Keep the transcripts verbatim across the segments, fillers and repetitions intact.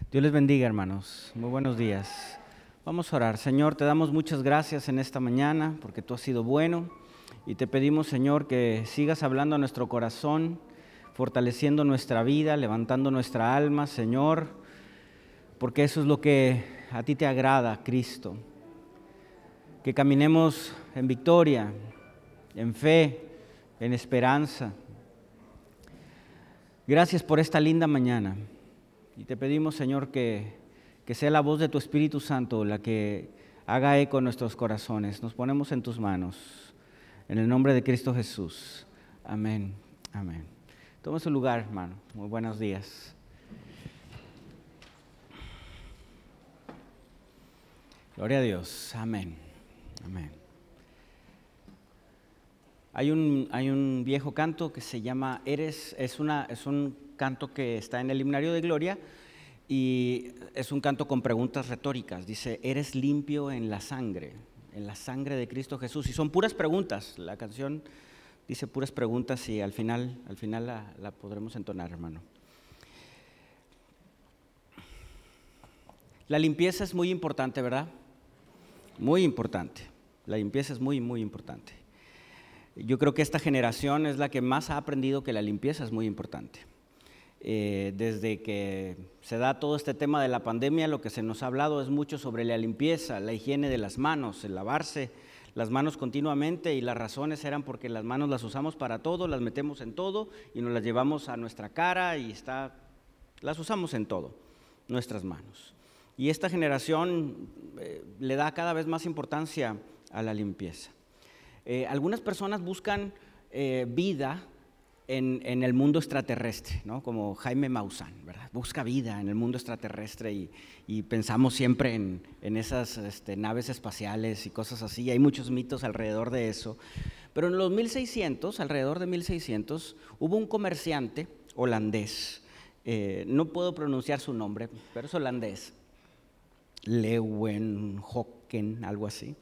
Dios les bendiga, hermanos. Muy buenos días. Vamos a orar. Señor, te damos muchas gracias en esta mañana porque tú has sido bueno y te pedimos, Señor, que sigas hablando a nuestro corazón, fortaleciendo nuestra vida, levantando nuestra alma, Señor, porque eso es lo que a ti te agrada, Cristo. Que caminemos en victoria, en fe, en esperanza. Gracias por esta linda mañana. Y te pedimos, Señor, que, que sea la voz de tu Espíritu Santo la que haga eco en nuestros corazones. Nos ponemos en tus manos. En el nombre de Cristo Jesús. Amén. Amén. Toma su lugar, hermano. Muy buenos días. Gloria a Dios. Amén. Amén. Hay un, hay un viejo canto que se llama Eres, es, una, es un canto que está en el himnario de Gloria y es un canto con preguntas retóricas. Dice, eres limpio en la sangre, en la sangre de Cristo Jesús. Y son puras preguntas. La canción dice puras preguntas y al final, al final la, la podremos entonar, hermano. La limpieza es muy importante, ¿verdad? Muy importante. La limpieza es muy, muy importante. Yo creo que esta generación es la que más ha aprendido que la limpieza es muy importante. Eh, desde que se da todo este tema de la pandemia, lo que se nos ha hablado es mucho sobre la limpieza, la higiene de las manos, el lavarse las manos continuamente, y las razones eran porque las manos las usamos para todo, las metemos en todo y nos las llevamos a nuestra cara y está, las usamos en todo, nuestras manos. Y esta generación eh, le da cada vez más importancia a la limpieza. Eh, algunas personas buscan eh, vida en, en el mundo extraterrestre, ¿no? Como Jaime Maussan, ¿verdad? Busca vida en el mundo extraterrestre y, y pensamos siempre en, en esas este, naves espaciales y cosas así. Hay muchos mitos alrededor de eso. Pero en los mil seiscientos, alrededor de mil seiscientos, hubo un comerciante holandés, eh, no puedo pronunciar su nombre, pero es holandés, Leeuwenhoek, algo así,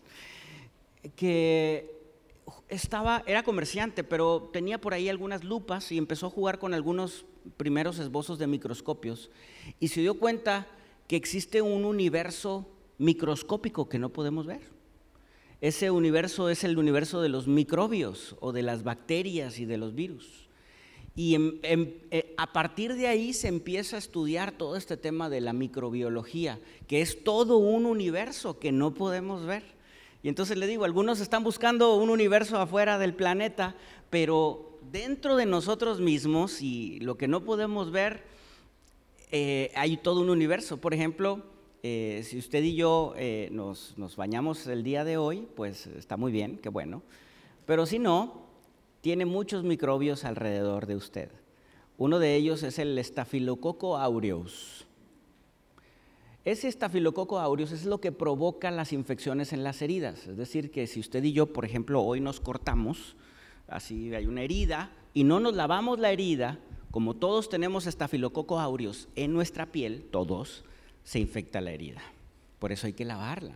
que Estaba, era comerciante, pero tenía por ahí algunas lupas y empezó a jugar con algunos primeros esbozos de microscopios y se dio cuenta que existe un universo microscópico que no podemos ver. Ese universo es el universo de los microbios o de las bacterias y de los virus. Y en, en, eh, a partir de ahí se empieza a estudiar todo este tema de la microbiología, que es todo un universo que no podemos ver. Y entonces le digo, algunos están buscando un universo afuera del planeta, pero dentro de nosotros mismos y lo que no podemos ver, eh, hay todo un universo. Por ejemplo, eh, si usted y yo eh, nos, nos bañamos el día de hoy, pues está muy bien, qué bueno. Pero si no, tiene muchos microbios alrededor de usted. Uno de ellos es el Staphylococcus aureus. Ese Staphylococcus aureus es lo que provoca las infecciones en las heridas. Es decir, que si usted y yo, por ejemplo, hoy nos cortamos, así hay una herida, y no nos lavamos la herida, como todos tenemos Staphylococcus aureus en nuestra piel, todos, se infecta la herida. Por eso hay que lavarla.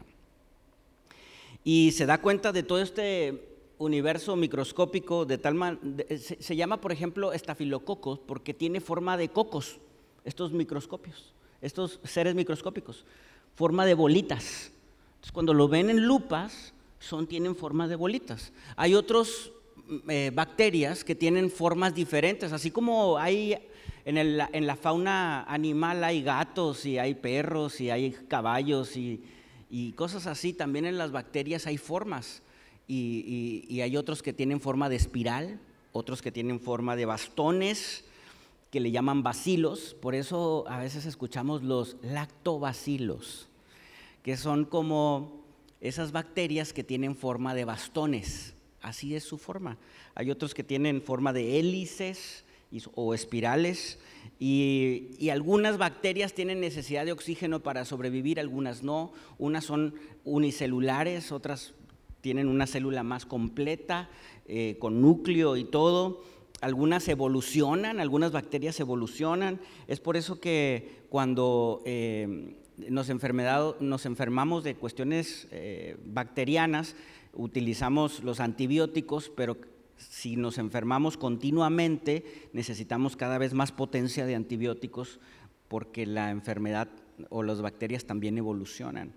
Y se da cuenta de todo este universo microscópico, de tal manera, se, se llama, por ejemplo, Staphylococcus porque tiene forma de cocos, estos microscopios. Estos seres microscópicos, forma de bolitas. Entonces, cuando lo ven en lupas, son, tienen forma de bolitas. Hay otras eh, bacterias que tienen formas diferentes, así como hay en, el, en la fauna animal hay gatos y hay perros y hay caballos y, y cosas así, también en las bacterias hay formas y, y, y hay otros que tienen forma de espiral, otros que tienen forma de bastones, que le llaman bacilos. Por eso a veces escuchamos los lactobacilos, que son como esas bacterias que tienen forma de bastones, así es su forma. Hay otros que tienen forma de hélices o espirales y, y algunas bacterias tienen necesidad de oxígeno para sobrevivir, algunas no. Unas son unicelulares, otras tienen una célula más completa, eh, con núcleo y todo. Algunas evolucionan, algunas bacterias evolucionan. Es por eso que cuando eh, nos, nos enfermamos de cuestiones eh, bacterianas, utilizamos los antibióticos, pero si nos enfermamos continuamente, necesitamos cada vez más potencia de antibióticos porque la enfermedad o las bacterias también evolucionan.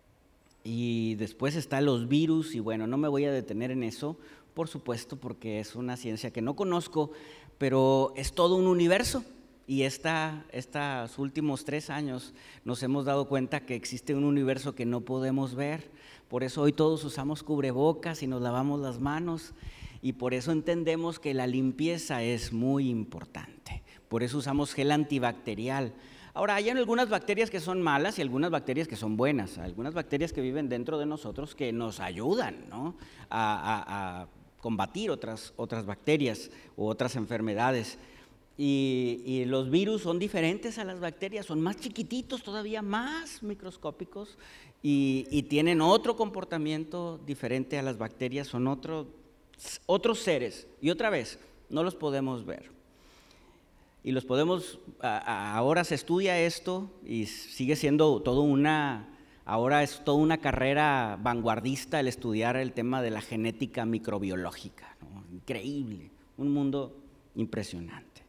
Y después están los virus, y bueno, no me voy a detener en eso, por supuesto, porque es una ciencia que no conozco, pero es todo un universo. Y esta, estos últimos tres años nos hemos dado cuenta que existe un universo que no podemos ver. Por eso hoy todos usamos cubrebocas y nos lavamos las manos. Y por eso entendemos que la limpieza es muy importante. Por eso usamos gel antibacterial. Ahora, hay algunas bacterias que son malas y algunas bacterias que son buenas. Algunas bacterias que viven dentro de nosotros que nos ayudan, ¿no?, a, a, a combatir otras, otras bacterias u otras enfermedades. Y, y los virus son diferentes a las bacterias, son más chiquititos, todavía más microscópicos y, y tienen otro comportamiento diferente a las bacterias, son otro, otros seres. Y otra vez, no los podemos ver. Y los podemos, ahora se estudia esto y sigue siendo todo una, ahora es toda una carrera vanguardista el estudiar el tema de la genética microbiológica, ¿no? Increíble, un mundo impresionante.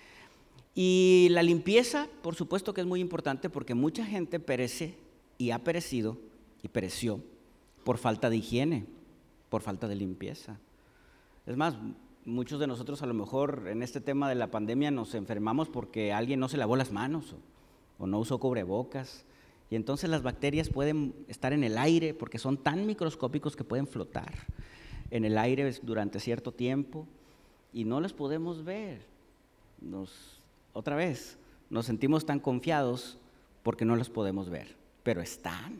Y la limpieza, por supuesto que es muy importante porque mucha gente perece y ha perecido y pereció por falta de higiene, por falta de limpieza. Es más, muchos de nosotros a lo mejor en este tema de la pandemia nos enfermamos porque alguien no se lavó las manos o, o no usó cubrebocas. Y entonces las bacterias pueden estar en el aire porque son tan microscópicos que pueden flotar en el aire durante cierto tiempo y no las podemos ver. Nos, otra vez, nos sentimos tan confiados porque no las podemos ver, pero están.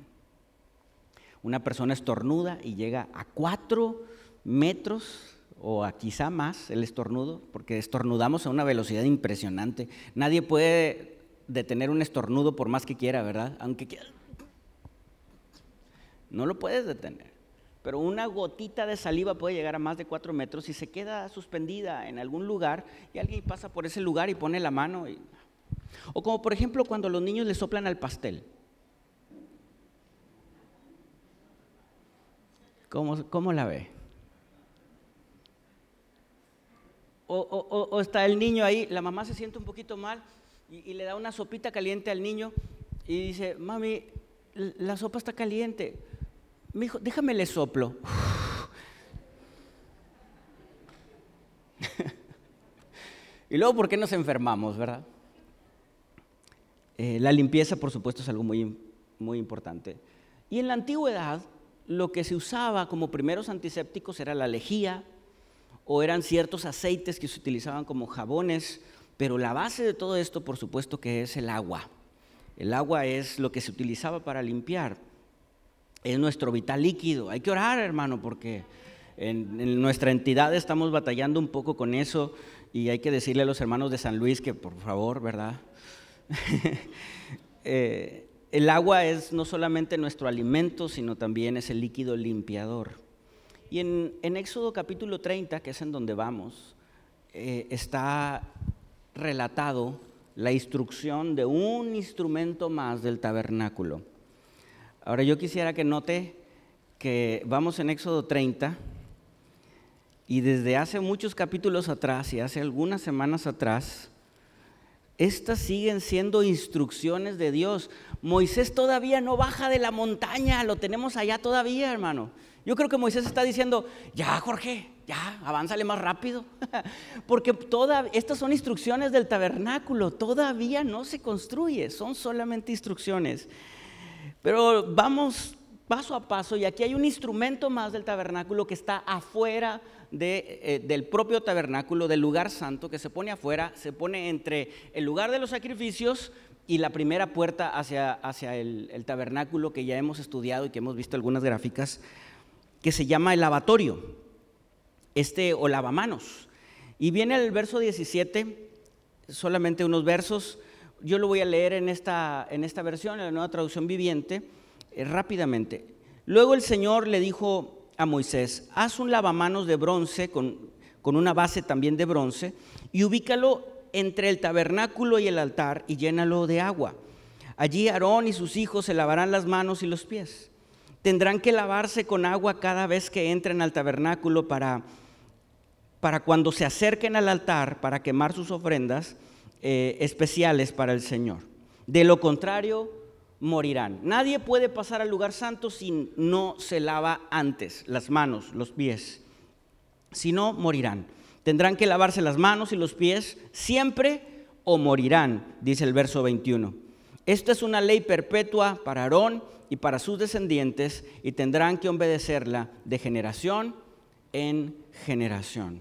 Una persona estornuda y llega a cuatro metros o a quizá más el estornudo, porque estornudamos a una velocidad impresionante. Nadie puede detener un estornudo por más que quiera, ¿verdad? Aunque quiera. No lo puedes detener. Pero una gotita de saliva puede llegar a más de cuatro metros y se queda suspendida en algún lugar y alguien pasa por ese lugar y pone la mano. Y... O como por ejemplo cuando los niños le soplan al pastel. ¿Cómo, cómo la ve? O, o, o está el niño ahí, la mamá se siente un poquito mal y, y le da una sopita caliente al niño y dice, mami, la sopa está caliente. Mijo, déjame le soplo. Y luego, ¿por qué nos enfermamos, verdad? Eh, la limpieza, por supuesto, es algo muy, muy importante. Y en la antigüedad, lo que se usaba como primeros antisépticos era la lejía, o eran ciertos aceites que se utilizaban como jabones, pero la base de todo esto, por supuesto, que es el agua. El agua es lo que se utilizaba para limpiar, es nuestro vital líquido. Hay que orar, hermano, porque en, en nuestra entidad estamos batallando un poco con eso y hay que decirle a los hermanos de San Luis que por favor, ¿verdad? eh, el agua es no solamente nuestro alimento, sino también es el líquido limpiador. Y en, en Éxodo capítulo treinta, que es en donde vamos, eh, está relatado la instrucción de un instrumento más del tabernáculo. Ahora yo quisiera que note que vamos en Éxodo treinta y desde hace muchos capítulos atrás y hace algunas semanas atrás, estas siguen siendo instrucciones de Dios. Moisés todavía no baja de la montaña, lo tenemos allá todavía, hermano. Yo creo que Moisés está diciendo, ya Jorge, ya, avánzale más rápido, porque toda, estas son instrucciones del tabernáculo, todavía no se construye, son solamente instrucciones. Pero vamos paso a paso y aquí hay un instrumento más del tabernáculo que está afuera de, eh, del propio tabernáculo, del lugar santo, que se pone afuera, se pone entre el lugar de los sacrificios y la primera puerta hacia, hacia el, el tabernáculo que ya hemos estudiado y que hemos visto algunas gráficas, que se llama el lavatorio, este o lavamanos. Y viene el verso diecisiete, solamente unos versos, yo lo voy a leer en esta, en esta versión, en la Nueva Traducción Viviente, eh, rápidamente. Luego el Señor le dijo a Moisés, haz un lavamanos de bronce con, con una base también de bronce y ubícalo entre el tabernáculo y el altar y llénalo de agua. Allí Aarón y sus hijos se lavarán las manos y los pies. Tendrán que lavarse con agua cada vez que entren al tabernáculo para, para cuando se acerquen al altar para quemar sus ofrendas eh, especiales para el Señor. De lo contrario, morirán. Nadie puede pasar al lugar santo si no se lava antes las manos, los pies. Si no, morirán. Tendrán que lavarse las manos y los pies siempre o morirán, dice el verso veintiuno. Esta es una ley perpetua para Aarón y para sus descendientes, y tendrán que obedecerla de generación en generación.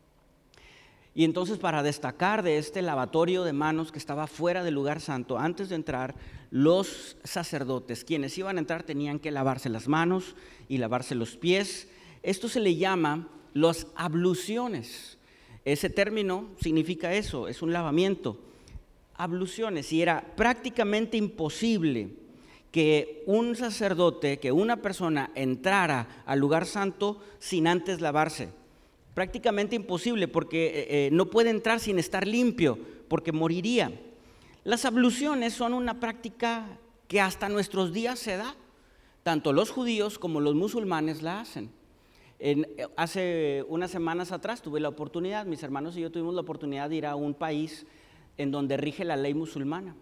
Y entonces, para destacar de este lavatorio de manos que estaba fuera del lugar santo, antes de entrar, los sacerdotes, quienes iban a entrar, tenían que lavarse las manos y lavarse los pies. Esto se le llama las abluciones. Ese término significa eso, es un lavamiento. Abluciones, y era prácticamente imposible que un sacerdote, que una persona entrara al lugar santo sin antes lavarse. Prácticamente imposible, porque eh, no puede entrar sin estar limpio, porque moriría. Las abluciones son una práctica que hasta nuestros días se da. Tanto los judíos como los musulmanes la hacen. En, hace unas semanas atrás tuve la oportunidad, mis hermanos y yo tuvimos la oportunidad de ir a un país en donde rige la ley musulmana.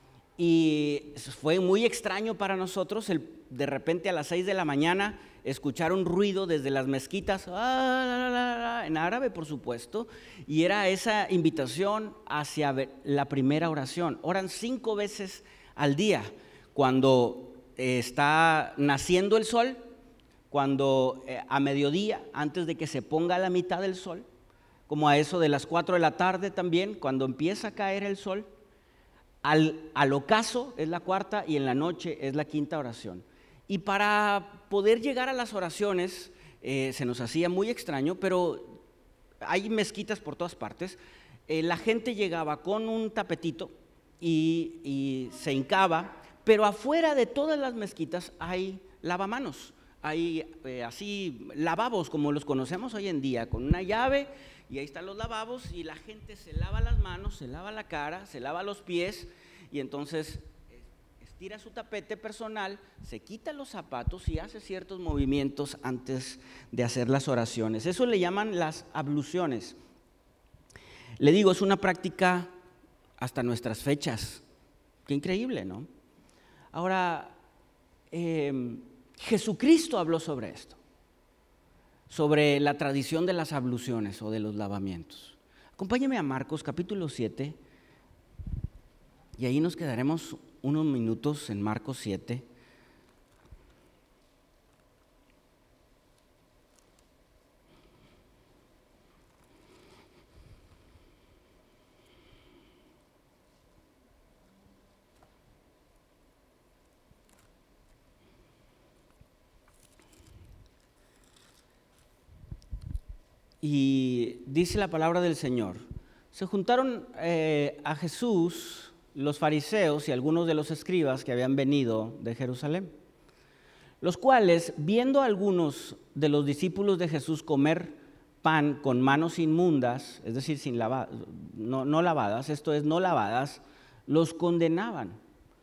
Y fue muy extraño para nosotros el, de repente a las seis de la mañana escuchar un ruido desde las mezquitas, en árabe por supuesto, y era esa invitación hacia la primera oración. Oran cinco veces al día, cuando está naciendo el sol, cuando eh, a mediodía, antes de que se ponga la mitad del sol, como a eso de las cuatro de la tarde también, cuando empieza a caer el sol, al, al ocaso es la cuarta y en la noche es la quinta oración. Y para poder llegar a las oraciones eh, se nos hacía muy extraño, pero hay mezquitas por todas partes. Eh, la gente llegaba con un tapetito y, y se hincaba, pero afuera de todas las mezquitas hay lavamanos. Hay eh, así lavabos como los conocemos hoy en día, con una llave, y ahí están los lavabos, y la gente se lava las manos, se lava la cara, se lava los pies, y entonces estira su tapete personal, se quita los zapatos y hace ciertos movimientos antes de hacer las oraciones. Eso le llaman las abluciones. Le digo, es una práctica hasta nuestras fechas. Qué increíble, ¿no? Ahora, eh, Jesucristo habló sobre esto, sobre la tradición de las abluciones o de los lavamientos. Acompáñeme a Marcos capítulo siete, y ahí nos quedaremos unos minutos en Marcos siete. Y dice la palabra del Señor: se juntaron eh, a Jesús los fariseos y algunos de los escribas que habían venido de Jerusalén, los cuales, viendo a algunos de los discípulos de Jesús comer pan con manos inmundas, es decir, sin lava, no, no lavadas, esto es, no lavadas, los condenaban.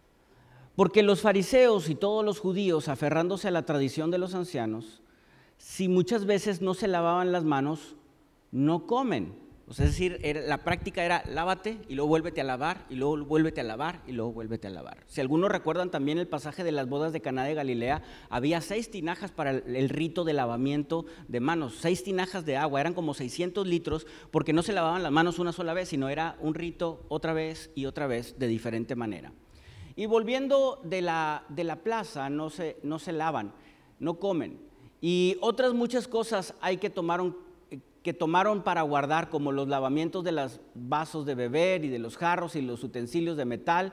Porque los fariseos y todos los judíos, aferrándose a la tradición de los ancianos, si muchas veces no se lavaban las manos, no comen. O sea, es decir, era, la práctica era lávate y luego vuélvete a lavar y luego vuélvete a lavar y luego vuélvete a lavar. Si algunos recuerdan también el pasaje de las bodas de Caná de Galilea, había seis tinajas para el, el rito de lavamiento de manos, seis tinajas de agua, eran como seiscientos litros, porque no se lavaban las manos una sola vez, sino era un rito otra vez y otra vez de diferente manera. Y volviendo de la, de la plaza, no se, no se lavan, no comen. Y otras muchas cosas hay que tomaron, que tomaron para guardar, como los lavamientos de los vasos de beber y de los jarros y los utensilios de metal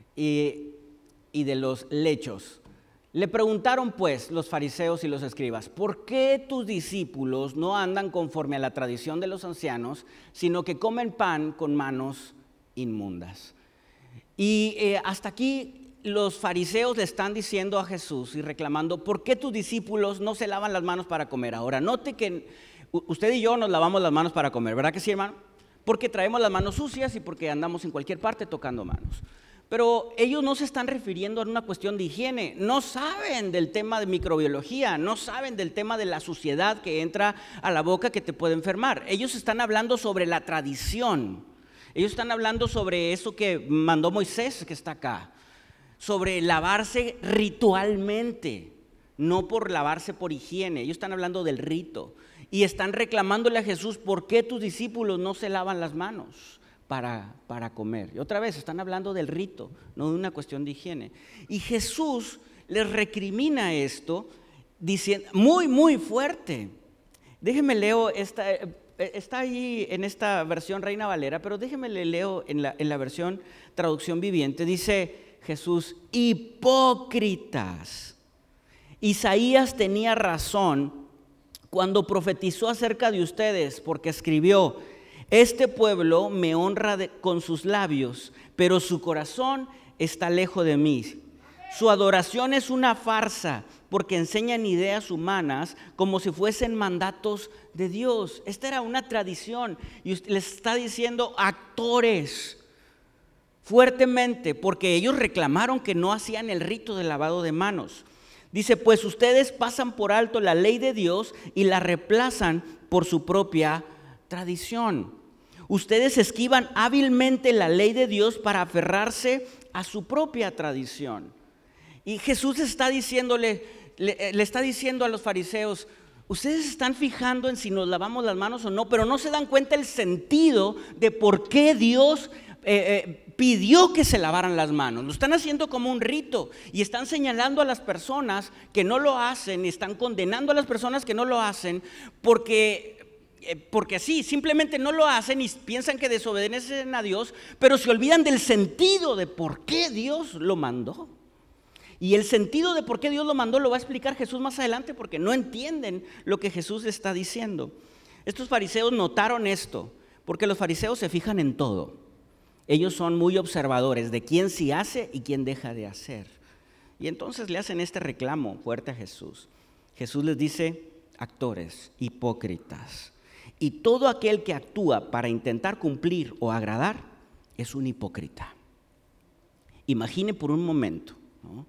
y, y de los lechos. Le preguntaron pues los fariseos y los escribas: ¿por qué tus discípulos no andan conforme a la tradición de los ancianos, sino que comen pan con manos inmundas? Y eh, hasta aquí los fariseos le están diciendo a Jesús y reclamando: ¿por qué tus discípulos no se lavan las manos para comer? Ahora, note que usted y yo nos lavamos las manos para comer, ¿verdad que sí, hermano? Porque traemos las manos sucias y porque andamos en cualquier parte tocando manos. Pero ellos no se están refiriendo a una cuestión de higiene, no saben del tema de microbiología, no saben del tema de la suciedad que entra a la boca que te puede enfermar. Ellos están hablando sobre la tradición. Ellos están hablando sobre eso que mandó Moisés, que está acá, sobre lavarse ritualmente, no por lavarse por higiene. Ellos están hablando del rito y están reclamándole a Jesús: ¿por qué tus discípulos no se lavan las manos para, para comer? Y otra vez están hablando del rito, no de una cuestión de higiene. Y Jesús les recrimina esto diciendo muy, muy fuerte. Déjenme leo esta, está ahí en esta versión Reina Valera, pero déjenme le leo en la, en la versión Traducción Viviente. Dice Jesús: hipócritas. Isaías tenía razón cuando profetizó acerca de ustedes, porque escribió: este pueblo me honra de, con sus labios, pero su corazón está lejos de mí. Su adoración es una farsa, porque enseñan ideas humanas como si fuesen mandatos de Dios. Esta era una tradición y les está diciendo actores fuertemente, porque ellos reclamaron que no hacían el rito del lavado de manos. Dice: pues ustedes pasan por alto la ley de Dios y la reemplazan por su propia tradición. Ustedes esquivan hábilmente la ley de Dios para aferrarse a su propia tradición. Y Jesús está diciéndole, le, le está diciendo a los fariseos: ustedes están fijando en si nos lavamos las manos o no, pero no se dan cuenta el sentido de por qué Dios eh, eh, pidió que se lavaran las manos. Lo están haciendo como un rito y están señalando a las personas que no lo hacen y están condenando a las personas que no lo hacen porque... Porque sí, simplemente no lo hacen y piensan que desobedecen a Dios, pero se olvidan del sentido de por qué Dios lo mandó. Y el sentido de por qué Dios lo mandó lo va a explicar Jesús más adelante, porque no entienden lo que Jesús está diciendo. Estos fariseos notaron esto, porque los fariseos se fijan en todo. Ellos son muy observadores de quién sí hace y quién deja de hacer. Y entonces le hacen este reclamo fuerte a Jesús. Jesús les dice: actores, hipócritas. Y todo aquel que actúa para intentar cumplir o agradar es un hipócrita. Imagine por un momento, ¿no?,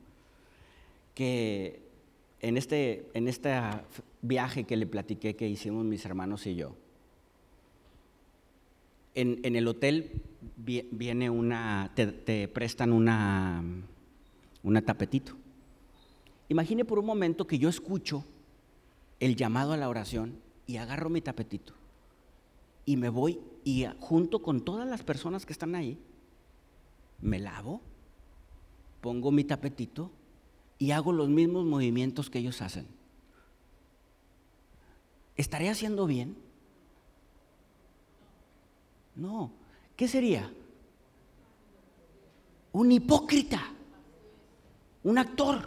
que en este, en este viaje que le platiqué que hicimos mis hermanos y yo, en, en el hotel viene una, te, te prestan una, una tapetito. Imagine por un momento que yo escucho el llamado a la oración y agarro mi tapetito y me voy y junto con todas las personas que están ahí, me lavo, pongo mi tapetito y hago los mismos movimientos que ellos hacen. ¿Estaré haciendo bien? No. ¿Qué sería? Un hipócrita, un actor.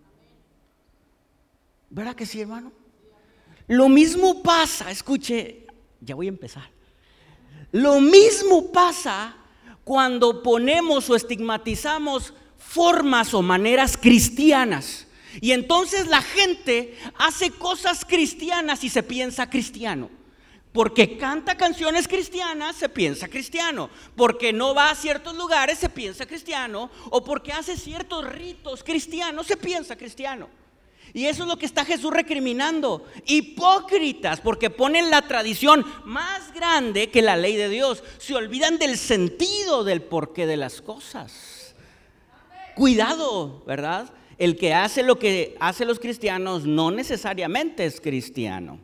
¿Verdad que sí, hermano? Lo mismo pasa, escuche, ya voy a empezar. Lo mismo pasa cuando ponemos o estigmatizamos formas o maneras cristianas. Y entonces la gente hace cosas cristianas y se piensa cristiano. Porque canta canciones cristianas, se piensa cristiano. Porque no va a ciertos lugares, se piensa cristiano. O porque hace ciertos ritos cristianos, se piensa cristiano. Y eso es lo que está Jesús recriminando. Hipócritas, porque ponen la tradición más grande que la ley de Dios. Se olvidan del sentido del porqué de las cosas. Cuidado, ¿verdad? El que hace lo que hacen los cristianos no necesariamente es cristiano.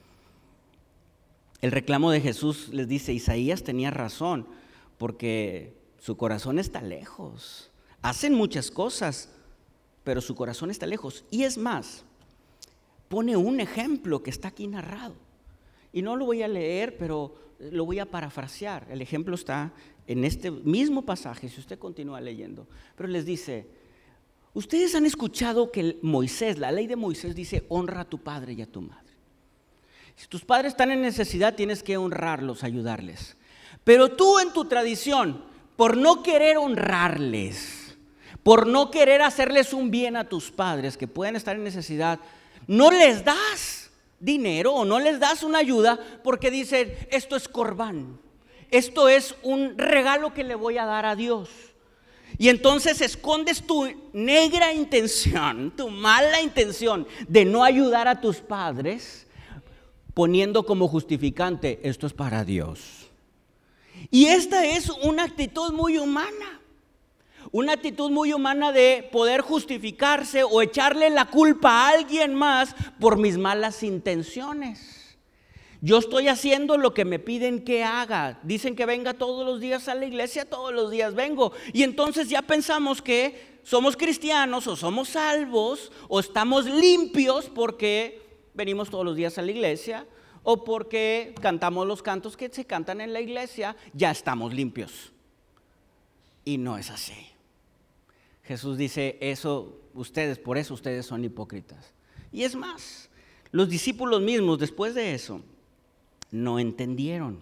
El reclamo de Jesús les dice: Isaías tenía razón, porque su corazón está lejos. Hacen muchas cosas, pero su corazón está lejos. Y es más, pone un ejemplo que está aquí narrado. Y no lo voy a leer, pero lo voy a parafrasear. El ejemplo está en este mismo pasaje, si usted continúa leyendo. Pero les dice: ustedes han escuchado que Moisés, la ley de Moisés dice: honra a tu padre y a tu madre. Si tus padres están en necesidad, tienes que honrarlos, ayudarles. Pero tú en tu tradición, por no querer honrarles, por no querer hacerles un bien a tus padres que pueden estar en necesidad, no les das dinero o no les das una ayuda porque dicen: esto es corbán, esto es un regalo que le voy a dar a Dios. Y entonces escondes tu negra intención, tu mala intención de no ayudar a tus padres, poniendo como justificante: esto es para Dios. Y esta es una actitud muy humana. Una actitud muy humana de poder justificarse o echarle la culpa a alguien más por mis malas intenciones. Yo estoy haciendo lo que me piden que haga. Dicen que venga todos los días a la iglesia, todos los días vengo. Y entonces ya pensamos que somos cristianos o somos salvos o estamos limpios porque venimos todos los días a la iglesia o porque cantamos los cantos que se cantan en la iglesia, ya estamos limpios. Y no es así. Jesús dice eso, ustedes, por eso ustedes son hipócritas. Y es más, los discípulos mismos después de eso no entendieron.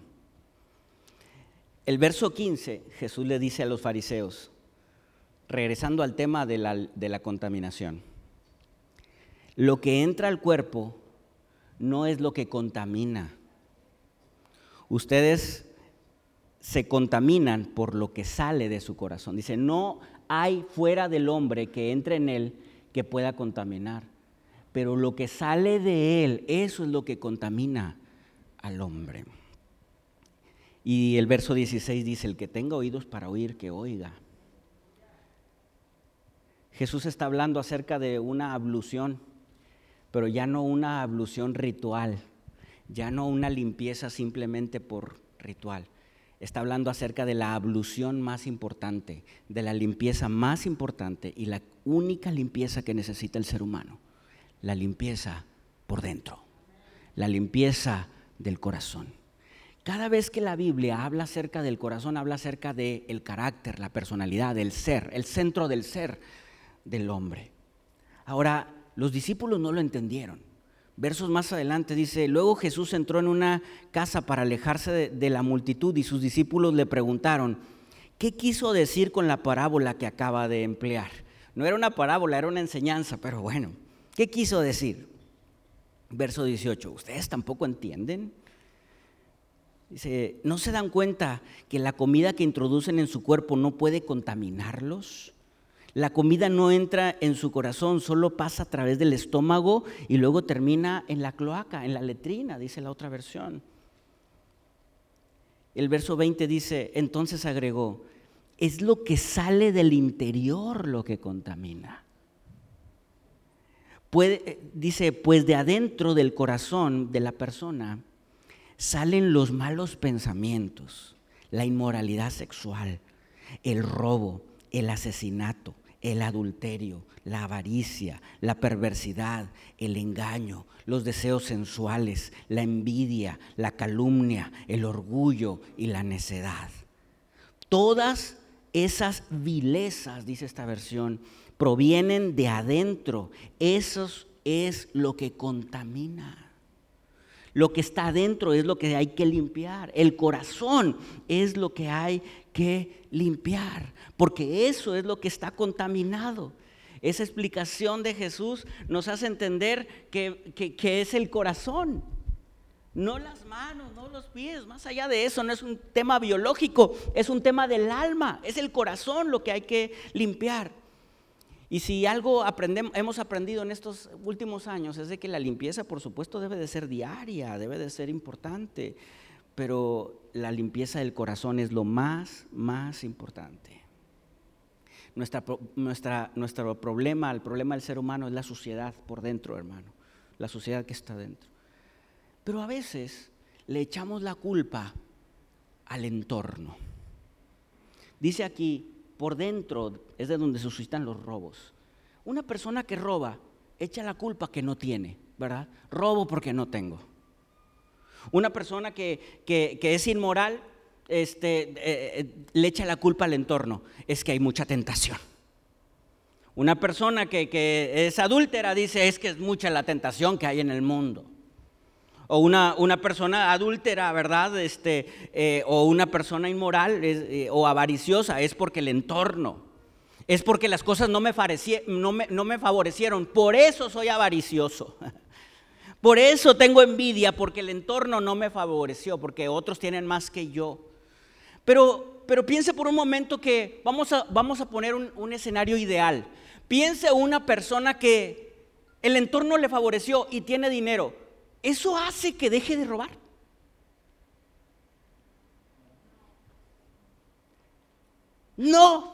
El verso quince, Jesús le dice a los fariseos, regresando al tema de la, de la contaminación, lo que entra al cuerpo no es lo que contamina. Ustedes se contaminan por lo que sale de su corazón. Dice, no hay fuera del hombre que entre en él que pueda contaminar, pero lo que sale de él, eso es lo que contamina al hombre. Y el verso dieciséis dice, el que tenga oídos para oír, que oiga. Jesús está hablando acerca de una ablución, pero ya no una ablución ritual, ya no una limpieza simplemente por ritual. Está hablando acerca de la ablución más importante, de la limpieza más importante y la única limpieza que necesita el ser humano, la limpieza por dentro, la limpieza del corazón. Cada vez que la Biblia habla acerca del corazón, habla acerca del carácter, la personalidad, del ser, el centro del ser del hombre. Ahora, los discípulos no lo entendieron. Versos más adelante dice, luego Jesús entró en una casa para alejarse de, de la multitud y sus discípulos le preguntaron, ¿qué quiso decir con la parábola que acaba de emplear? No era una parábola, era una enseñanza, pero bueno, ¿qué quiso decir? Verso dieciocho, ¿ustedes tampoco entienden? Dice, ¿no se dan cuenta que la comida que introducen en su cuerpo no puede contaminarlos? La comida no entra en su corazón, solo pasa a través del estómago y luego termina en la cloaca, en la letrina, dice la otra versión. El verso veinte dice, entonces agregó, es lo que sale del interior lo que contamina. Puede, dice, pues de adentro del corazón de la persona salen los malos pensamientos, la inmoralidad sexual, el robo, el asesinato, el adulterio, la avaricia, la perversidad, el engaño, los deseos sensuales, la envidia, la calumnia, el orgullo y la necedad. Todas esas vilezas, dice esta versión, provienen de adentro. Eso es lo que contamina. Lo que está adentro es lo que hay que limpiar. El corazón es lo que hay que limpiar, porque eso es lo que está contaminado. Esa explicación de Jesús nos hace entender que, que, que es el corazón, no las manos, no los pies. Más allá de eso, no es un tema biológico, es un tema del alma, es el corazón lo que hay que limpiar. Y si algo aprendemos, hemos aprendido en estos últimos años es de que la limpieza, por supuesto, debe de ser diaria, debe de ser importante, pero la limpieza del corazón es lo más, más importante. Nuestra, nuestra, nuestro problema, el problema del ser humano es la suciedad por dentro, hermano, la suciedad que está dentro. Pero a veces le echamos la culpa al entorno. Dice aquí, por dentro es de donde se suscitan los robos. Una persona que roba echa la culpa que no tiene, ¿verdad? Robo porque no tengo. Una persona que, que, que es inmoral este, eh, le echa la culpa al entorno, es que hay mucha tentación. Una persona que, que es adúltera dice, es que es mucha la tentación que hay en el mundo. O una, una persona adúltera, ¿verdad? Este, eh, o una persona inmoral es, eh, o avariciosa, es porque el entorno, es porque las cosas no me, fareci- no, me, no me favorecieron, por eso soy avaricioso. Por eso tengo envidia, porque el entorno no me favoreció, porque otros tienen más que yo. Pero, pero piense por un momento que vamos a, vamos a poner un, un escenario ideal. Piense una persona que el entorno le favoreció y tiene dinero. ¿Eso hace que deje de robar? No.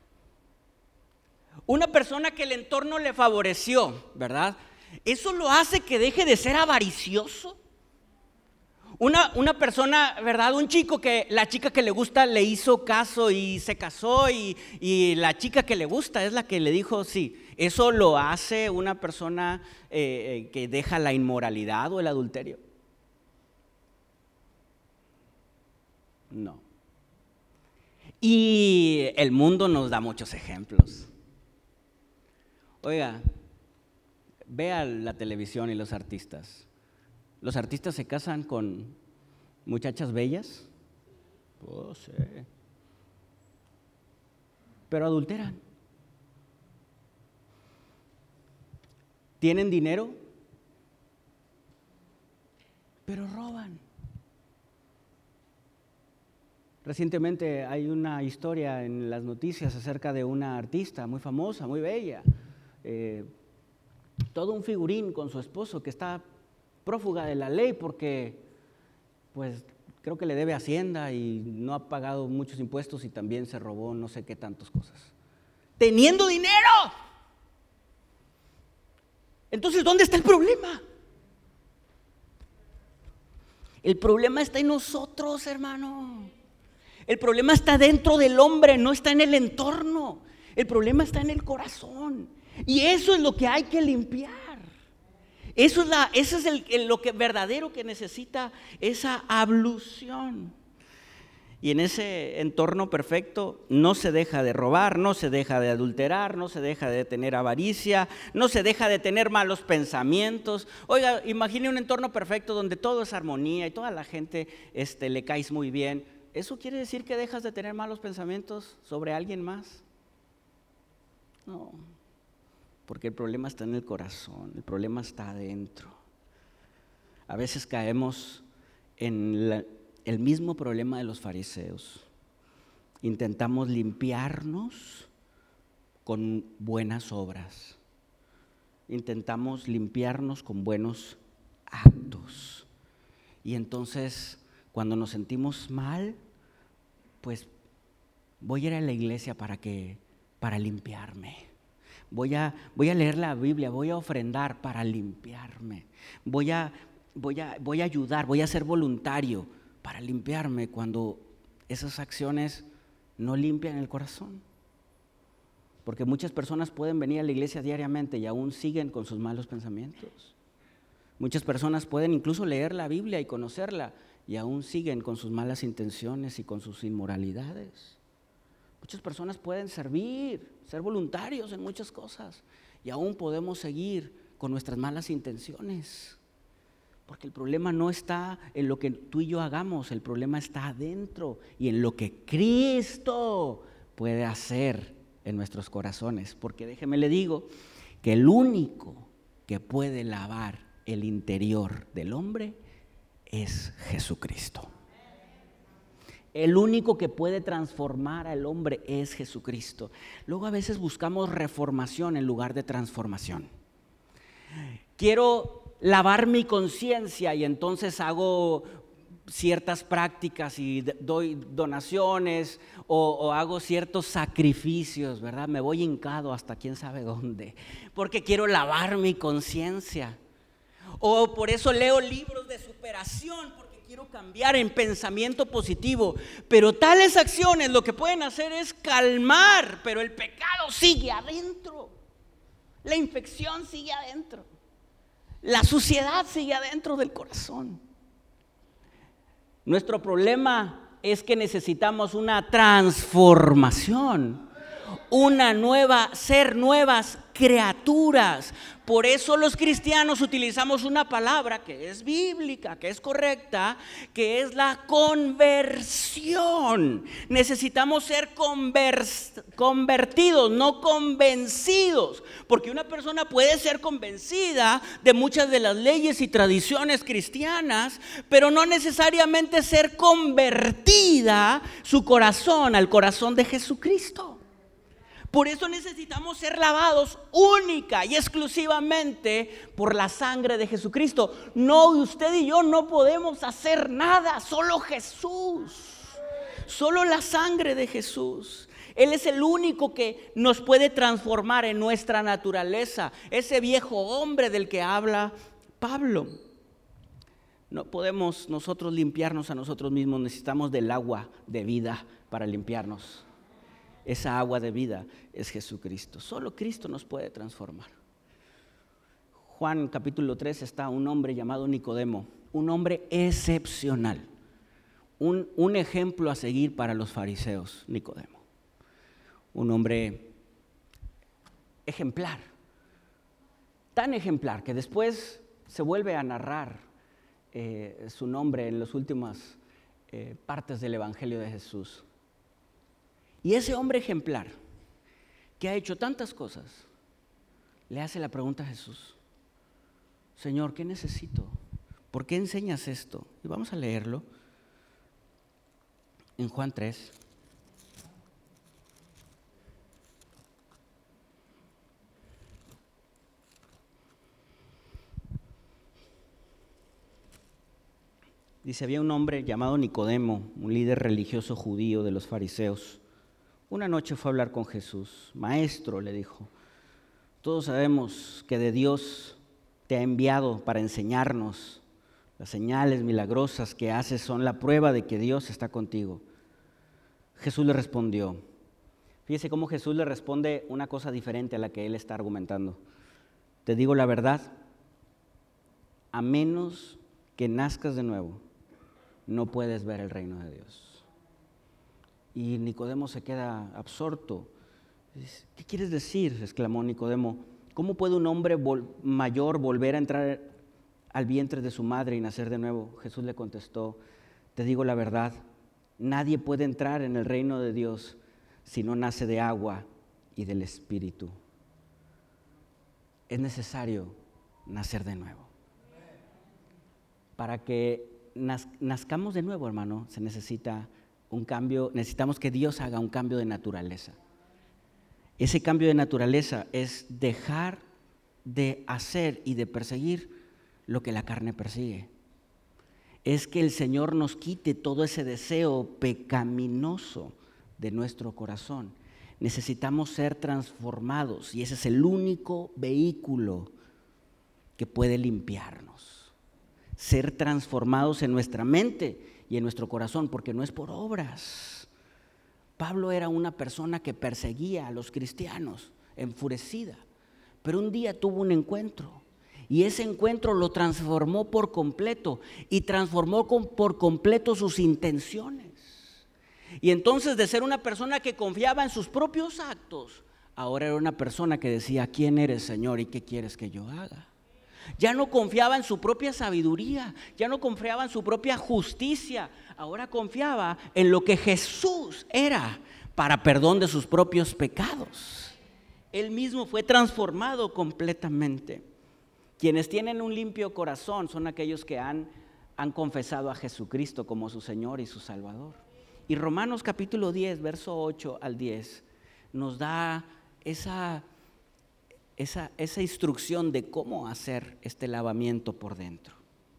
Una persona que el entorno le favoreció, ¿verdad? ¿Eso lo hace que deje de ser avaricioso? Una, una persona, ¿verdad? Un chico que la chica que le gusta le hizo caso y se casó y, y la chica que le gusta es la que le dijo sí. ¿Eso lo hace una persona eh, que deja la inmoralidad o el adulterio? No. Y el mundo nos da muchos ejemplos. Oiga, vea la televisión y los artistas. ¿Los artistas se casan con muchachas bellas? Oh, sí. Pero adulteran. ¿Tienen dinero? Pero roban. Recientemente hay una historia en las noticias acerca de una artista muy famosa, muy bella. Eh, todo un figurín con su esposo que está prófuga de la ley porque pues creo que le debe Hacienda y no ha pagado muchos impuestos y también se robó no sé qué tantas cosas. Teniendo dinero. Entonces, ¿dónde está el problema? El problema está en nosotros, hermano. El problema está dentro del hombre, no está en el entorno. El problema está en el corazón. Y eso es lo que hay que limpiar. Eso es, la, eso es el, el, lo que verdadero que necesita esa ablución. Y en ese entorno perfecto no se deja de robar, no se deja de adulterar, no se deja de tener avaricia, no se deja de tener malos pensamientos. Oiga, imagine un entorno perfecto donde todo es armonía y toda la gente este, le caes muy bien. ¿Eso quiere decir que dejas de tener malos pensamientos sobre alguien más? No. Porque el problema está en el corazón, el problema está adentro. A veces caemos en la, el mismo problema de los fariseos. Intentamos limpiarnos con buenas obras. Intentamos limpiarnos con buenos actos. Y entonces, cuando nos sentimos mal, pues voy a ir a la iglesia para que, para limpiarme. Voy a, voy a leer la Biblia, voy a ofrendar para limpiarme. Voy a, voy a, voy a ayudar, voy a ser voluntario para limpiarme cuando esas acciones no limpian el corazón. Porque muchas personas pueden venir a la iglesia diariamente y aún siguen con sus malos pensamientos. Muchas personas pueden incluso leer la Biblia y conocerla y aún siguen con sus malas intenciones y con sus inmoralidades. Muchas personas pueden servir, ser voluntarios en muchas cosas y aún podemos seguir con nuestras malas intenciones. Porque el problema no está en lo que tú y yo hagamos, el problema está adentro y en lo que Cristo puede hacer en nuestros corazones. Porque déjeme le digo que el único que puede lavar el interior del hombre es Jesucristo. El único que puede transformar al hombre es Jesucristo. Luego a veces buscamos reformación en lugar de transformación. Quiero lavar mi conciencia y entonces hago ciertas prácticas y doy donaciones o, o hago ciertos sacrificios, ¿verdad? Me voy hincado hasta quién sabe dónde, porque quiero lavar mi conciencia. O por eso leo libros de superación, porque quiero cambiar en pensamiento positivo. Pero tales acciones lo que pueden hacer es calmar, pero el pecado sigue adentro. La infección sigue adentro. La suciedad sigue adentro del corazón. Nuestro problema es que necesitamos una transformación, una nueva, ser nuevas criaturas. Por eso los cristianos utilizamos una palabra que es bíblica, que es correcta, que es la conversión. Necesitamos ser convers- convertidos, no convencidos, porque una persona puede ser convencida de muchas de las leyes y tradiciones cristianas, pero no necesariamente ser convertida su corazón al corazón de Jesucristo. Por eso necesitamos ser lavados única y exclusivamente por la sangre de Jesucristo. No, usted y yo no podemos hacer nada, solo Jesús. Solo la sangre de Jesús. Él es el único que nos puede transformar en nuestra naturaleza, ese viejo hombre del que habla Pablo. No podemos nosotros limpiarnos a nosotros mismos, necesitamos del agua de vida para limpiarnos. Esa agua de vida es Jesucristo. Solo Cristo nos puede transformar. Juan capítulo tres está un hombre llamado Nicodemo, un hombre excepcional, un, un ejemplo a seguir para los fariseos, Nicodemo. Un hombre ejemplar, tan ejemplar que después se vuelve a narrar eh, su nombre en las últimas eh, partes del Evangelio de Jesús. Y ese hombre ejemplar, que ha hecho tantas cosas, le hace la pregunta a Jesús: Señor, ¿qué necesito? ¿Por qué enseñas esto? Y vamos a leerlo en Juan tres. Dice, había un hombre llamado Nicodemo, un líder religioso judío de los fariseos. Una noche fue a hablar con Jesús. Maestro, le dijo, todos sabemos que de Dios te ha enviado para enseñarnos. Las señales milagrosas que haces son la prueba de que Dios está contigo. Jesús le respondió. Fíjese cómo Jesús le responde una cosa diferente a la que él está argumentando. Te digo la verdad, a menos que nazcas de nuevo, no puedes ver el reino de Dios. Y Nicodemo se queda absorto. ¿Qué quieres decir?, exclamó Nicodemo. ¿Cómo puede un hombre vol- mayor volver a entrar al vientre de su madre y nacer de nuevo? Jesús le contestó, te digo la verdad, nadie puede entrar en el reino de Dios si no nace de agua y del Espíritu. Es necesario nacer de nuevo. Para que naz- nazcamos de nuevo, hermano, se necesita un cambio, necesitamos que Dios haga un cambio de naturaleza. Ese cambio de naturaleza es dejar de hacer y de perseguir lo que la carne persigue. Es que el Señor nos quite todo ese deseo pecaminoso de nuestro corazón. Necesitamos ser transformados y ese es el único vehículo que puede limpiarnos. Ser transformados en nuestra mente y en nuestro corazón, porque no es por obras. Pablo era una persona que perseguía a los cristianos, enfurecida, pero un día tuvo un encuentro y ese encuentro lo transformó por completo y transformó con, por completo sus intenciones. Y entonces, de ser una persona que confiaba en sus propios actos, ahora era una persona que decía, ¿quién eres, Señor, y qué quieres que yo haga? Ya no confiaba en su propia sabiduría, ya no confiaba en su propia justicia, ahora confiaba en lo que Jesús era para perdón de sus propios pecados. Él mismo fue transformado completamente. Quienes tienen un limpio corazón son aquellos que han, han confesado a Jesucristo como su Señor y su Salvador. Y Romanos capítulo diez, verso ocho al diez, nos da esa... Esa, esa instrucción de cómo hacer este lavamiento por dentro.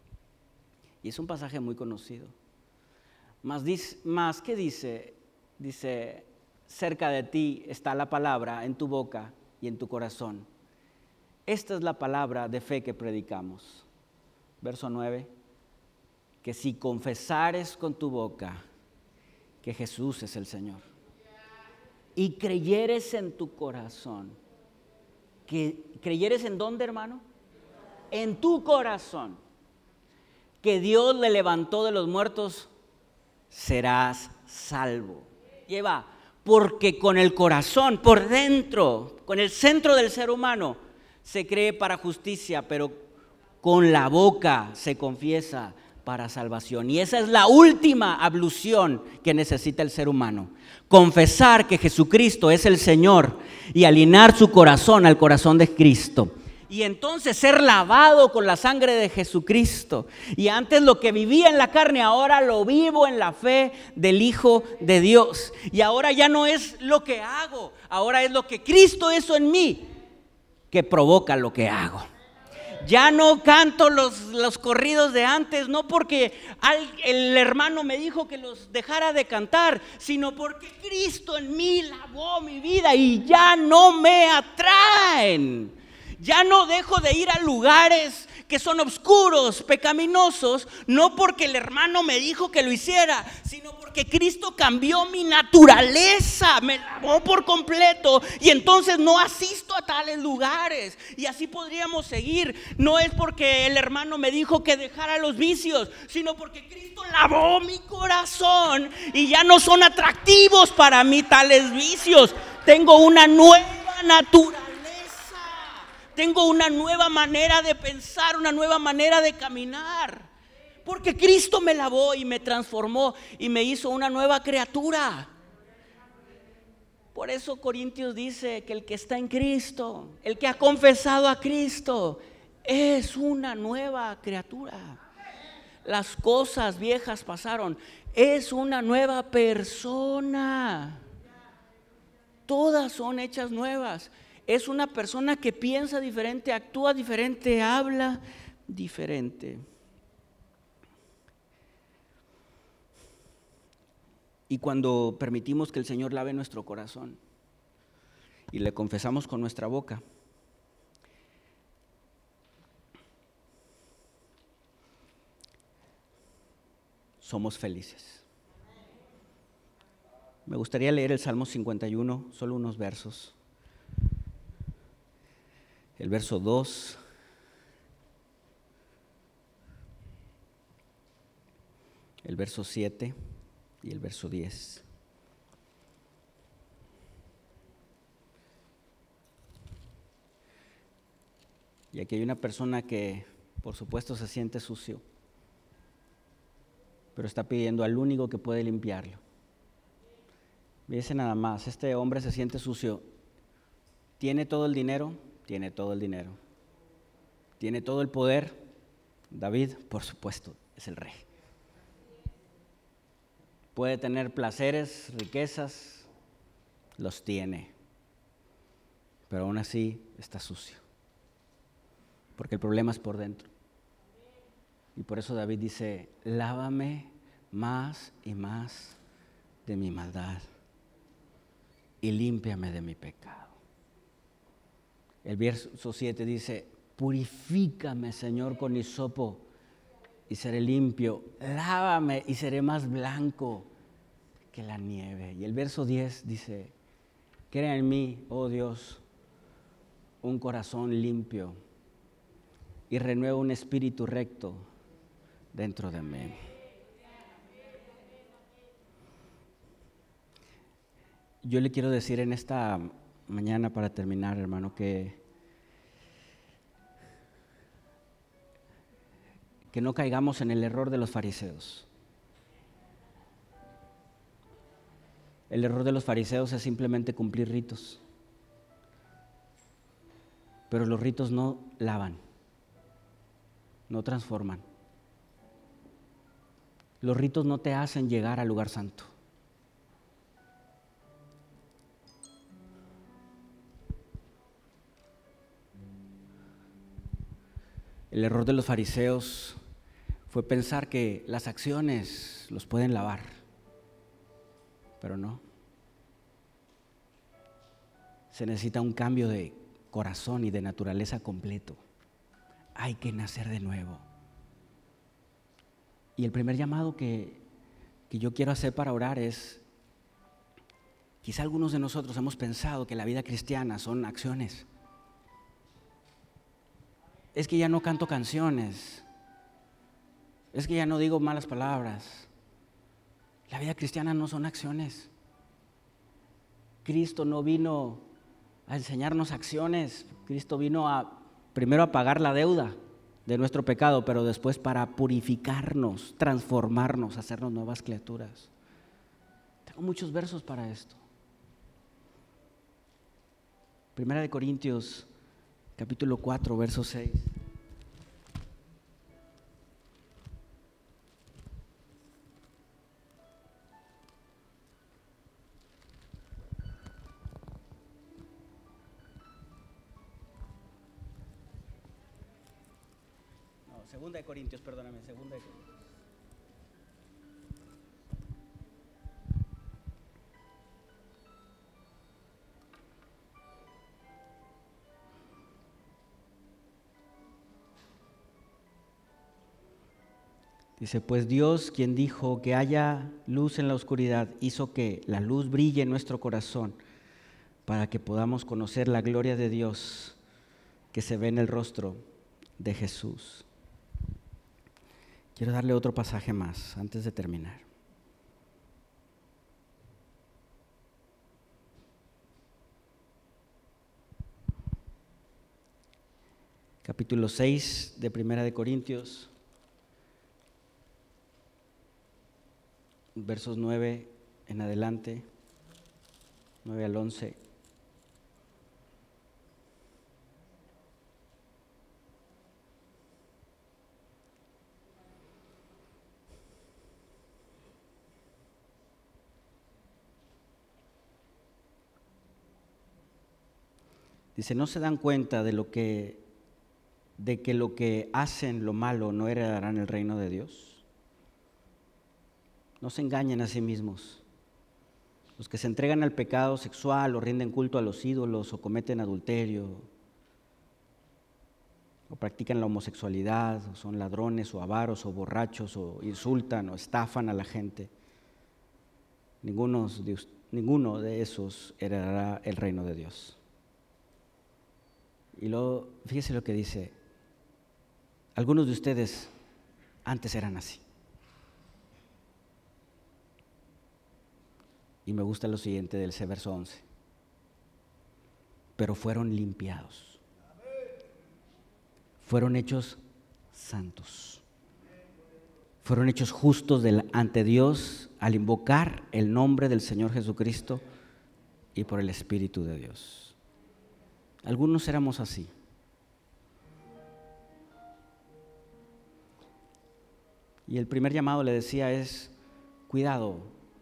Y es un pasaje muy conocido. Más, dice, más ¿qué dice? Dice, cerca de ti está la palabra en tu boca y en tu corazón. Esta es la palabra de fe que predicamos. Verso nueve, que si confesares con tu boca que Jesús es el Señor y creyeres en tu corazón, que creyeres en dónde, hermano, en tu corazón, que Dios le levantó de los muertos, serás salvo. Lleva, porque con el corazón, por dentro, con el centro del ser humano, se cree para justicia, pero con la boca se confiesa para salvación. Y esa es la última ablución que necesita el ser humano. Confesar que Jesucristo es el Señor y alinear su corazón al corazón de Cristo. Y entonces ser lavado con la sangre de Jesucristo. Y antes lo que vivía en la carne, ahora lo vivo en la fe del Hijo de Dios. Y ahora ya no es lo que hago, ahora es lo que Cristo hizo en mí que provoca lo que hago. Ya no canto los, los corridos de antes, no porque al, el hermano me dijo que los dejara de cantar, sino porque Cristo en mí lavó mi vida y ya no me atraen. Ya no dejo de ir a lugares que son oscuros, pecaminosos, no porque el hermano me dijo que lo hiciera, sino porque Cristo cambió mi naturaleza, me lavó por completo y entonces no asisto a tales lugares. Y así podríamos seguir. No es porque el hermano me dijo que dejara los vicios, sino porque Cristo lavó mi corazón y ya no son atractivos para mí tales vicios. Tengo una nueva naturaleza. Tengo una nueva manera de pensar, una nueva manera de caminar. Porque Cristo me lavó y me transformó y me hizo una nueva criatura. Por eso Corintios dice que el que está en Cristo, el que ha confesado a Cristo, es una nueva criatura. Las cosas viejas pasaron, es una nueva persona. Todas son hechas nuevas. Es una persona que piensa diferente, actúa diferente, habla diferente. Y cuando permitimos que el Señor lave nuestro corazón y le confesamos con nuestra boca, somos felices. Me gustaría leer el Salmo cincuenta y uno, solo unos versos. El verso dos, el verso siete y el verso diez. Y aquí hay una persona que, por supuesto, se siente sucio, pero está pidiendo al único que puede limpiarlo. Fíjese nada más, este hombre se siente sucio. ¿Tiene todo el dinero? Tiene todo el dinero. ¿Tiene todo el poder? David, por supuesto, es el rey. Puede tener placeres, riquezas, los tiene, pero aún así está sucio, porque el problema es por dentro. Y por eso David dice, lávame más y más de mi maldad y límpiame de mi pecado. El verso siete dice, purifícame, Señor, con hisopo y seré limpio, lávame y seré más blanco que la nieve. Y el verso diez dice, crea en mí, oh Dios, un corazón limpio y renueva un espíritu recto dentro de mí. Yo le quiero decir en esta mañana, para terminar, hermano, que que no caigamos en el error de los fariseos. El error de los fariseos es simplemente cumplir ritos, pero los ritos no lavan, no transforman. Los ritos no te hacen llegar al lugar santo. El error de los fariseos fue pensar que las acciones los pueden lavar, pero no. Se necesita un cambio de corazón y de naturaleza completo. Hay que nacer de nuevo. Y el primer llamado que, que yo quiero hacer para orar es, quizá algunos de nosotros hemos pensado que la vida cristiana son acciones. Es que ya no canto canciones, es que ya no digo malas palabras. La vida cristiana no son acciones. Cristo no vino a enseñarnos acciones, Cristo vino a primero a pagar la deuda de nuestro pecado, pero después para purificarnos, transformarnos, hacernos nuevas criaturas. Tengo muchos versos para esto. Primera de Corintios, capítulo cuatro, verso seis. Segunda de Corintios, perdóname, segunda de Corintios. Dice, pues Dios, quien dijo que haya luz en la oscuridad, hizo que la luz brille en nuestro corazón para que podamos conocer la gloria de Dios que se ve en el rostro de Jesús. Quiero darle otro pasaje más antes de terminar. Capítulo seis de Primera de Corintios, versos nueve en adelante, nueve al once. Dice, ¿no se dan cuenta de lo que de que lo que hacen lo malo no heredarán el reino de Dios? No se engañen a sí mismos. Los que se entregan al pecado sexual o rinden culto a los ídolos o cometen adulterio o practican la homosexualidad o son ladrones o avaros o borrachos o insultan o estafan a la gente, ninguno de, ninguno de esos heredará el reino de Dios. Y luego, fíjese lo que dice, algunos de ustedes antes eran así. Y me gusta lo siguiente del verso once. Pero fueron limpiados. Fueron hechos santos. Fueron hechos justos ante Dios al invocar el nombre del Señor Jesucristo y por el Espíritu de Dios. Algunos éramos así. Y el primer llamado, le decía, es cuidado.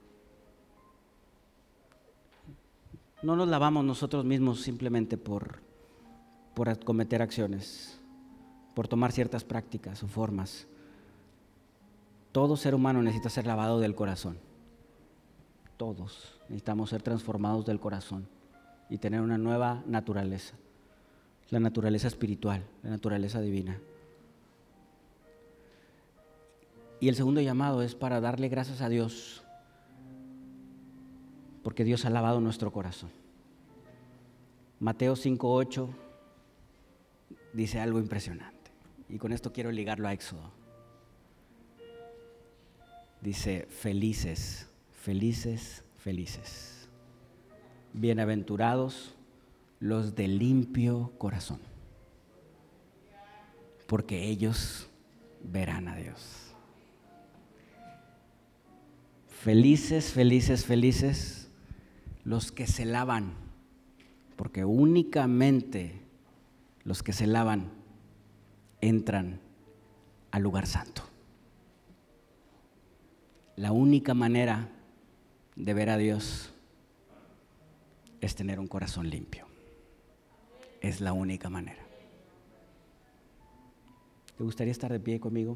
No nos lavamos nosotros mismos simplemente por, por cometer acciones, por tomar ciertas prácticas o formas. Todo ser humano necesita ser lavado del corazón. Todos necesitamos ser transformados del corazón y tener una nueva naturaleza, la naturaleza espiritual, la naturaleza divina. Y el segundo llamado es para darle gracias a Dios, porque Dios ha lavado nuestro corazón. Mateo cinco ocho dice algo impresionante, y con esto quiero ligarlo a Éxodo. Dice, felices, felices, felices. Bienaventurados los de limpio corazón, porque ellos verán a Dios. Felices, felices, felices los que se lavan, porque únicamente los que se lavan entran al lugar santo. La única manera de ver a Dios es tener un corazón limpio. Es la única manera. ¿Te gustaría estar de pie conmigo?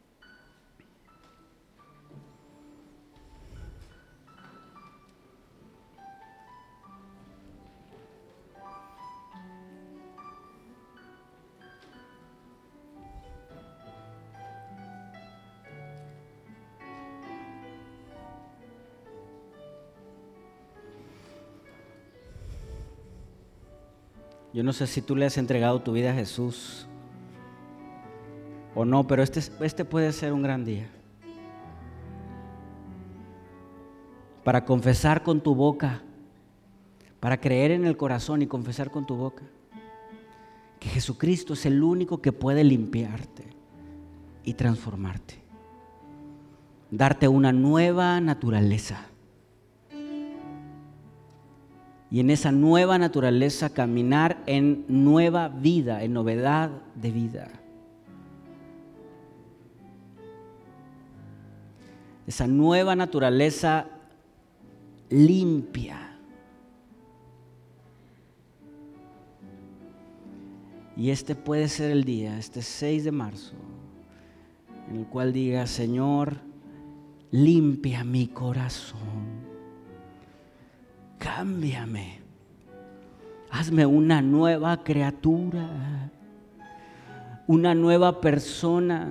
Yo no sé si tú le has entregado tu vida a Jesús o no, pero este, este puede ser un gran día para confesar con tu boca, para creer en el corazón y confesar con tu boca que Jesucristo es el único que puede limpiarte y transformarte, darte una nueva naturaleza. Y en esa nueva naturaleza caminar en nueva vida, en novedad de vida. Esa nueva naturaleza limpia. Y este puede ser el día, este seis de marzo, en el cual diga: Señor, limpia mi corazón, cámbiame, hazme una nueva criatura, una nueva persona,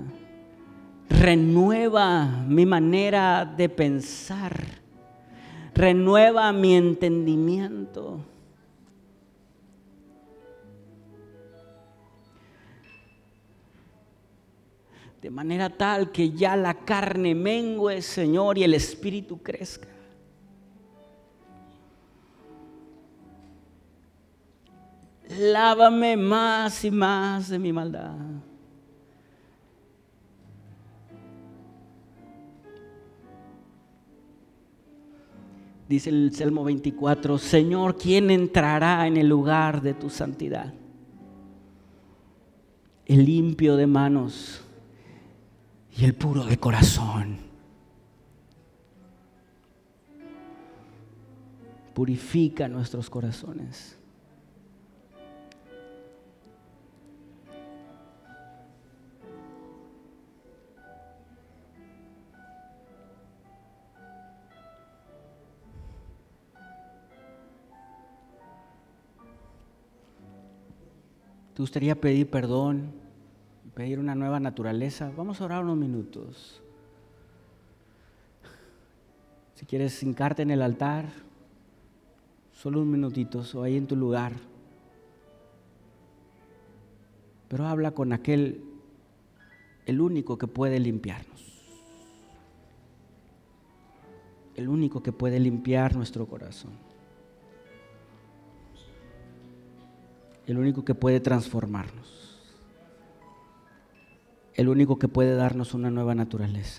renueva mi manera de pensar, renueva mi entendimiento. De manera tal que ya la carne mengue, Señor, y el espíritu crezca. Lávame más y más de mi maldad. Dice el Salmo veinticuatro: Señor, ¿quién entrará en el lugar de tu santidad? El limpio de manos y el puro de corazón. Purifica nuestros corazones. ¿Te gustaría pedir perdón, pedir una nueva naturaleza? Vamos a orar unos minutos. Si quieres hincarte en el altar, solo unos minutitos, o ahí en tu lugar. Pero habla con aquel, el único que puede limpiarnos. El único que puede limpiar nuestro corazón. El único que puede transformarnos. El único que puede darnos una nueva naturaleza.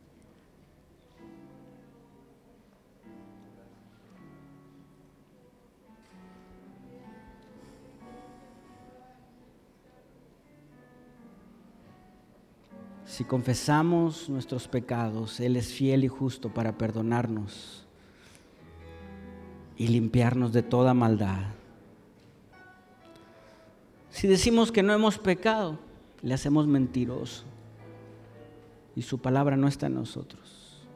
Si confesamos nuestros pecados, Él es fiel y justo para perdonarnos y limpiarnos de toda maldad. Si decimos que no hemos pecado, le hacemos mentiroso y su palabra no está en nosotros.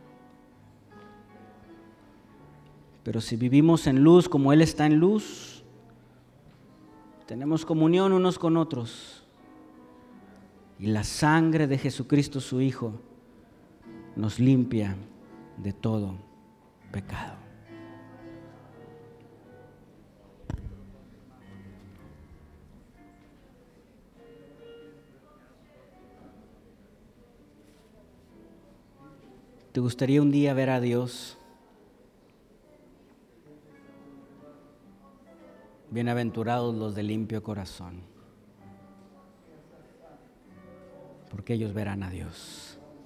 Pero si vivimos en luz como Él está en luz, tenemos comunión unos con otros y la sangre de Jesucristo su Hijo nos limpia de todo pecado. ¿Te gustaría un día ver a Dios? Bienaventurados los de limpio corazón, porque ellos verán a Dios.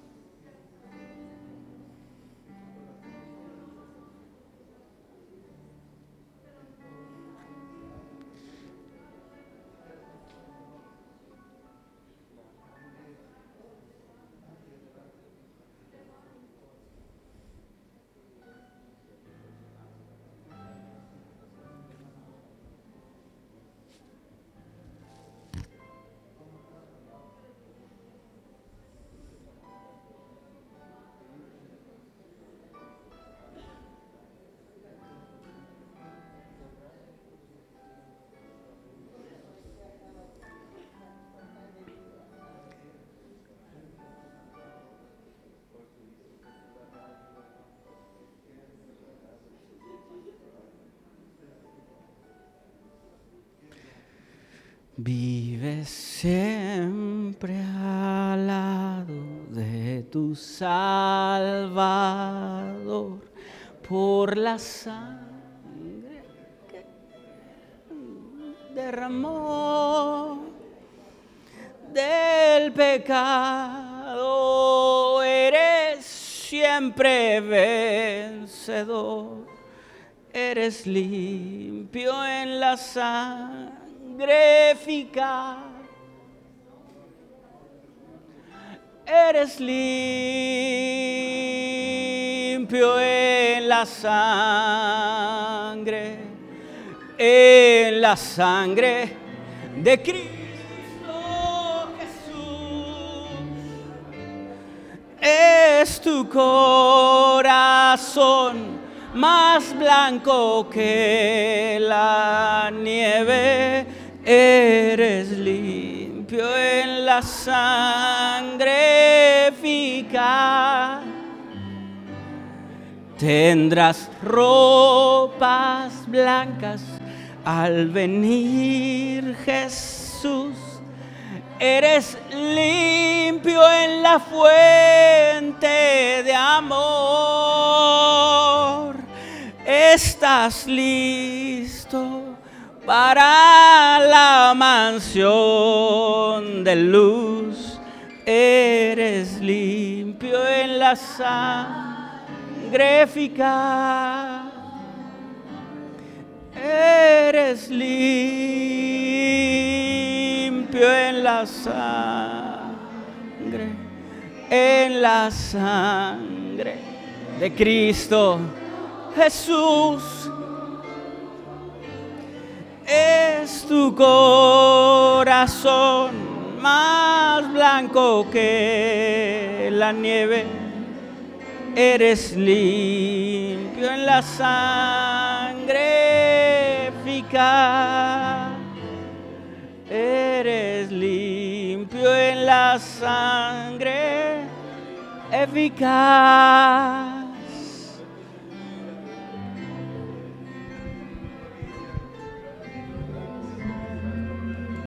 Vive siempre al lado de tu Salvador, por la sangre que derramó del pecado. Eres siempre vencedor, eres limpio en la sangre eficaz, eres limpio en la sangre, en la sangre de Cristo Jesús, Es tu corazón más blanco que la nieve, eres limpio en la sangre eficaz. Tendrás ropas blancas al venir, Jesús. Eres limpio en la fuente de amor. Estás listo para la mansión de luz. Eres limpio en la sangre eficaz. Eres limpio en la sangre, en la sangre de Cristo Jesús. Es tu corazón más blanco que la nieve, eres limpio en la sangre eficaz. Eres limpio en la sangre eficaz.